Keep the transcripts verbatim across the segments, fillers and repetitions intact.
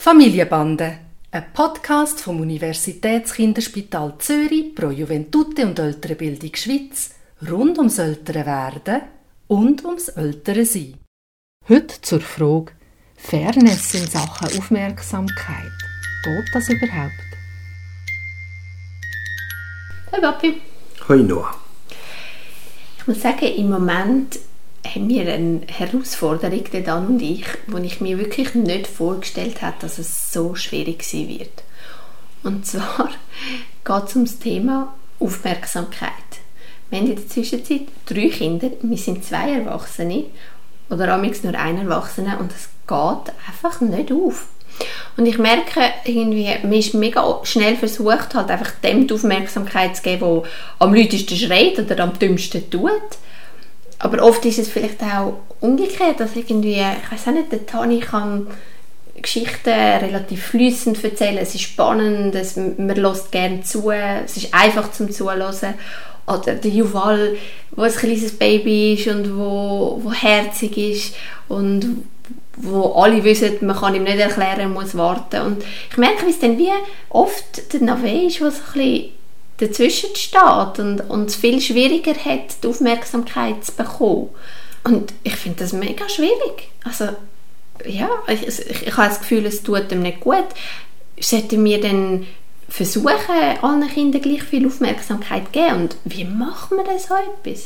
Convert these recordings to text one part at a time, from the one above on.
Familienbande, ein Podcast vom Universitätskinderspital Zürich pro Juventute und ältere Bildung Schweiz rund ums ältere Werden und ums ältere Sein. Heute zur Frage Fairness in Sachen Aufmerksamkeit. Geht das überhaupt? Hallo Papi. Hallo Noah. Ich muss sagen, im Moment haben wir eine Herausforderung, der Dan und ich, wo ich mir wirklich nicht vorgestellt habe, dass es so schwierig sein wird. Und zwar geht es um das Thema Aufmerksamkeit. Wir haben in der Zwischenzeit drei Kinder, wir sind zwei Erwachsene oder amigs nur ein Erwachsener und es geht einfach nicht auf. Und ich merke, irgendwie, man ist mega schnell versucht, halt einfach dem die Aufmerksamkeit zu geben, der am lautesten schreit oder am dümmsten tut. Aber oft ist es vielleicht auch umgekehrt, dass irgendwie, ich weiß auch nicht, der Tani kann Geschichten relativ fließend erzählen, es ist spannend, es, man hört gerne zu, es ist einfach zum Zuhören. Oder der Yuval, der ein kleines Baby ist und wo, wo herzig ist und wo alle wissen, man kann ihm nicht erklären, man muss warten. Und ich merke, wie es dann wie oft der Nave ist, der so ein bisschen dazwischen steht und, und es viel schwieriger hat, die Aufmerksamkeit zu bekommen. Und ich finde das mega schwierig. Also, ja, ich, ich, ich habe das Gefühl, es tut ihm nicht gut. Sollten wir dann versuchen, allen Kindern gleich viel Aufmerksamkeit zu geben? Und wie macht man das so etwas?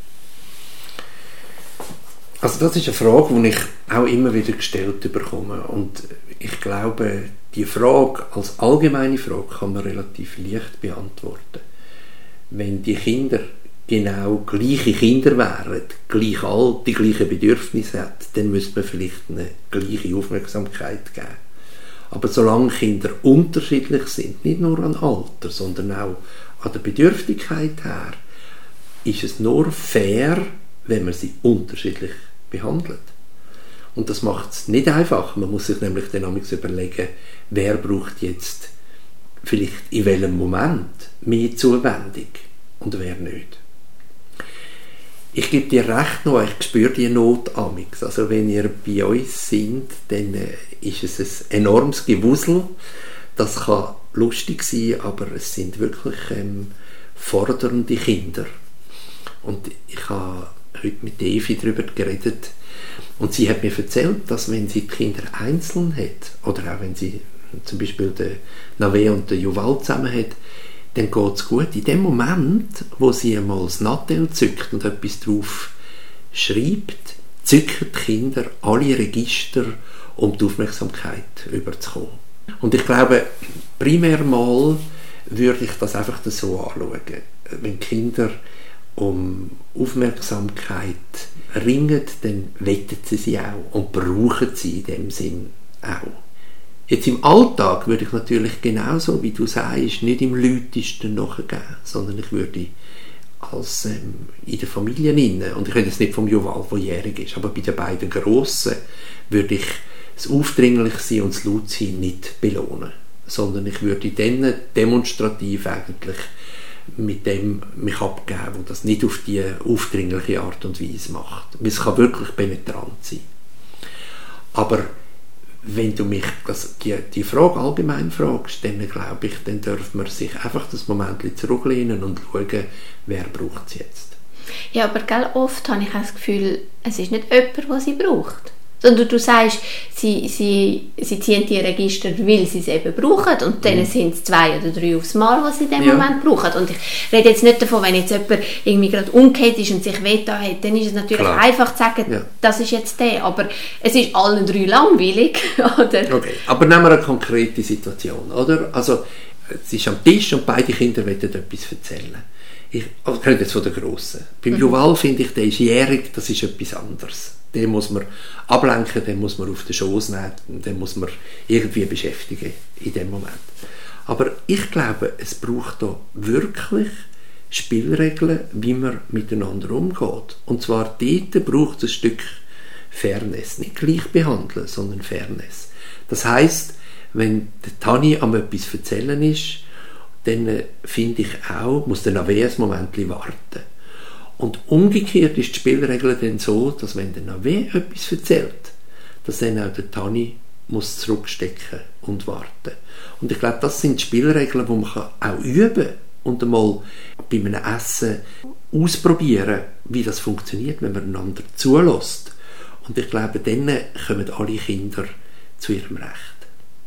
Also das ist eine Frage, die ich auch immer wieder gestellt bekomme. Und ich glaube, die Frage als allgemeine Frage kann man relativ leicht beantworten. Wenn die Kinder genau gleiche Kinder wären, gleich alt, die gleichen Bedürfnisse hätten, dann müsste man vielleicht eine gleiche Aufmerksamkeit geben. Aber solange Kinder unterschiedlich sind, nicht nur an Alter, sondern auch an der Bedürftigkeit her, ist es nur fair, wenn man sie unterschiedlich behandelt. Und das macht es nicht einfach. Man muss sich nämlich dann überlegen, wer braucht jetzt vielleicht in welchem Moment mehr Zuwendung und wer nicht. Ich gebe dir recht noch, ich spüre die Not amix. Also wenn ihr bei uns seid, dann ist es ein enormes Gewusel. Das kann lustig sein, aber es sind wirklich ähm, fordernde Kinder. Und ich habe heute mit Evi darüber geredet und sie hat mir erzählt, dass wenn sie die Kinder einzeln hat oder auch wenn sie zum Beispiel den Nave und den Yuval zusammen hat, dann geht es gut. In dem Moment, wo sie einmal das Nattel zückt und etwas drauf schreibt, zücken die Kinder alle Register, um die Aufmerksamkeit überzukommen. Und ich glaube, primär mal würde ich das einfach so anschauen. Wenn Kinder um Aufmerksamkeit ringen, dann wettet sie sie auch und brauchen sie in dem Sinn auch. Jetzt im Alltag würde ich natürlich genauso, wie du sagst, nicht im lautesten nachgeben, sondern ich würde als ähm, in der Familie innen, und ich rede jetzt nicht vom Yuval, der jährig ist, aber bei den beiden Grossen würde ich das Aufdringlichsein und das Lautsein nicht belohnen, sondern ich würde denen demonstrativ eigentlich mit dem mich abgeben, wo das nicht auf die aufdringliche Art und Weise macht. Es kann wirklich penetrant sein. Aber wenn du mich das, die, die Frage allgemein fragst, dann glaube ich, dann darf man sich einfach das Moment zurücklehnen und schauen, wer braucht es jetzt. Ja, aber gell, oft habe ich auch das Gefühl, es ist nicht jemand, der sie braucht. Sondern du sagst, sie, sie, sie ziehen die Register, weil sie es eben brauchen und dann mhm. sind es zwei oder drei aufs Mal, was sie in dem ja. Moment brauchen. Und ich rede jetzt nicht davon, wenn jetzt jemand irgendwie gerade umgekehrt ist und sich wehgetan hat, dann ist es natürlich Klar. einfach zu sagen, ja. das ist jetzt der. Aber es ist allen drei langweilig. Oder? Okay, aber nehmen wir eine konkrete Situation. Oder? Also, es ist am Tisch und beide Kinder wollen etwas erzählen. Ich, also, ich rede jetzt von der Grossen. Beim mhm. Yuval finde ich, der ist jährig, das ist etwas anderes. Den muss man ablenken, den muss man auf den Schoß nehmen, den muss man irgendwie beschäftigen in dem Moment. Aber ich glaube, es braucht da wirklich Spielregeln, wie man miteinander umgeht. Und zwar dort braucht es ein Stück Fairness. Nicht gleich behandeln, sondern Fairness. Das heisst, wenn der Tani am etwas erzählen ist, dann finde ich auch, muss der Nave ein Moment warten. Und umgekehrt ist die Spielregel dann so, dass wenn der Nave etwas erzählt, dass dann auch der Tani muss zurückstecken und warten. Und ich glaube, das sind Spielregeln, die man auch üben kann und einmal bei einem Essen ausprobieren, wie das funktioniert, wenn man einander zulässt. Und ich glaube, dann kommen alle Kinder zu ihrem Recht.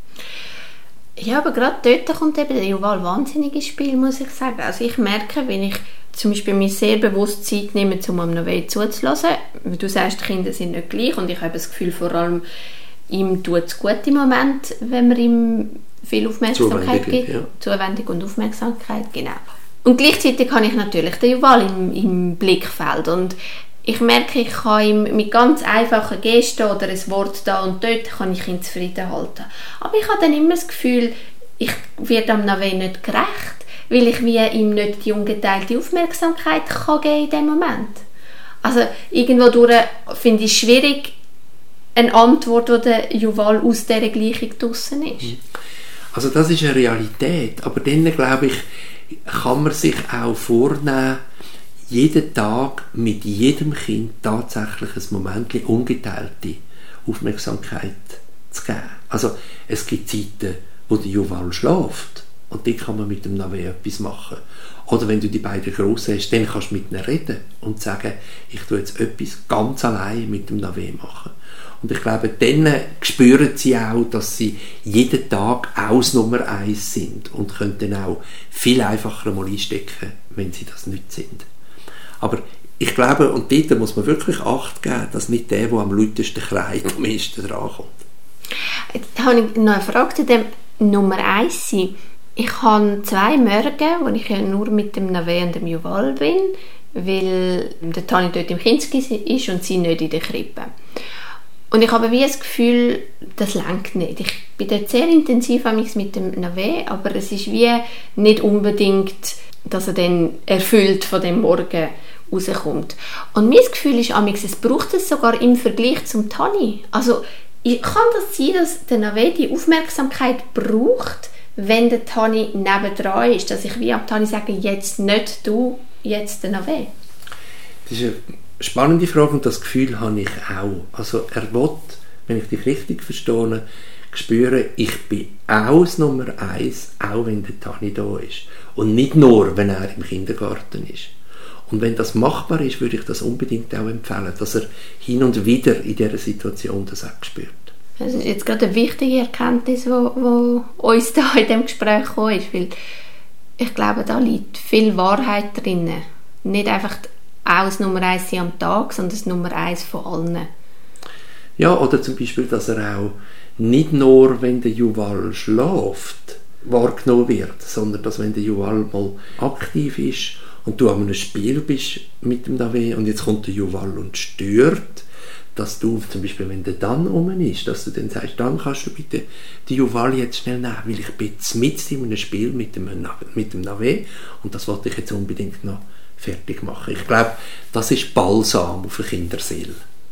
Ja, aber gerade dort kommt eben der Yuval wahnsinnig ins Spiel, muss ich sagen. Also ich merke, wenn ich zum Beispiel mir sehr bewusst Zeit nehme, um am Novell zuzulassen, weil du sagst, die Kinder sind nicht gleich und ich habe das Gefühl, vor allem ihm tut es gut im Moment, wenn man ihm viel Aufmerksamkeit gibt. Ja. Zuwendung und Aufmerksamkeit, genau. Und gleichzeitig habe ich natürlich den Yuval im, im Blickfeld und ich merke, ich kann ihm mit ganz einfachen Gesten oder ein Wort da und dort kann ich ihn zufrieden halten. Aber ich habe dann immer das Gefühl, ich werde am Nave nicht gerecht, weil ich wie ihm nicht die ungeteilte Aufmerksamkeit kann geben in dem Moment. Also irgendwo durch finde ich es schwierig, eine Antwort, wo der Yuval aus dieser Gleichung draussen ist. Also das ist eine Realität, aber dann, glaube ich, kann man sich auch vornehmen, jeden Tag mit jedem Kind tatsächlich ein Moment ungeteilte Aufmerksamkeit zu geben. Also es gibt Zeiten, wo der Yuval schläft und dann kann man mit dem Nave etwas machen. Oder wenn du die beiden Grossen hast, dann kannst du mit ihnen reden und sagen, ich tue jetzt etwas ganz allein mit dem Nave machen. Und ich glaube, dann spüren sie auch, dass sie jeden Tag aus Nummer eins sind und können dann auch viel einfacher mal einstecken, wenn sie das nicht sind. Aber ich glaube, und dort muss man wirklich Acht geben, dass nicht der, der am lautesten schreit, am meisten drankommt. Jetzt habe ich noch eine Frage zu dem Nummer eins sein. Ich habe zwei Morgen, wo ich ja nur mit dem Nave und dem Yuval bin, weil der Tani dort im Kinski ist und sie nicht in der Krippe. Und ich habe wie das Gefühl, das reicht nicht. Ich bin dort sehr intensiv mit dem Nave, aber es ist wie nicht unbedingt, dass er dann erfüllt von dem Morgen rauskommt. Und mein Gefühl ist, es braucht es sogar im Vergleich zum Tani. Also kann das sein, dass der Nave die Aufmerksamkeit braucht, wenn der Tani nebendran ist, dass ich wie am Tani sage, jetzt nicht du, jetzt der Nave? Das ist eine spannende Frage und das Gefühl habe ich auch. Also er will, wenn ich dich richtig verstehe, spüren, ich bin auch das Nummer eins, auch wenn der Tani da ist. Und nicht nur, wenn er im Kindergarten ist. Und wenn das machbar ist, würde ich das unbedingt auch empfehlen, dass er hin und wieder in dieser Situation das auch spürt. Das ist jetzt gerade eine wichtige Erkenntnis, die uns da in diesem Gespräch gekommen ist, weil ich glaube, da liegt viel Wahrheit drin. Nicht einfach auch das Nummer eins sein am Tag, sondern das Nummer eins von allen. Ja, oder zum Beispiel, dass er auch nicht nur, wenn der Yuval schläft, wahrgenommen wird, sondern dass, wenn der Yuval mal aktiv ist und du an einem Spiel bist mit dem Nave und jetzt kommt der Yuval und stört, dass du zum Beispiel, wenn der dann rum ist, dass du dann sagst, dann kannst du bitte die Yuval jetzt schnell nehmen, weil ich bin jetzt mit in einem Spiel mit dem, mit dem Nave und das wollte ich jetzt unbedingt noch fertig machen. Ich glaube, das ist Balsam auf eine Kinderseele.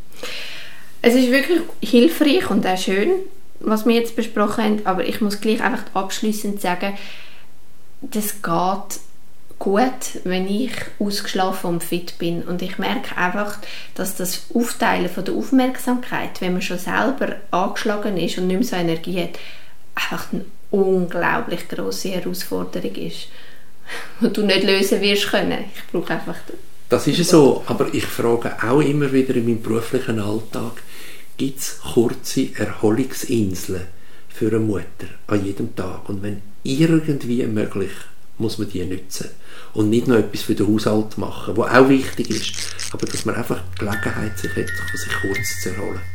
Es ist wirklich hilfreich und auch schön, was wir jetzt besprochen haben, aber ich muss gleich einfach abschliessend sagen, das geht gut, wenn ich ausgeschlafen und fit bin. Und ich merke einfach, dass das Aufteilen von der Aufmerksamkeit, wenn man schon selber angeschlagen ist und nicht mehr so Energie hat, einfach eine unglaublich grosse Herausforderung ist, die du nicht lösen wirst können. Ich brauche einfach... Das ist so, aber ich frage auch immer wieder in meinem beruflichen Alltag, gibt es kurze Erholungsinseln für eine Mutter an jedem Tag? Und wenn irgendwie möglich, muss man die nutzen. Und nicht nur etwas für den Haushalt machen, was auch wichtig ist, aber dass man einfach die Gelegenheit sich hat, sich kurz zu erholen.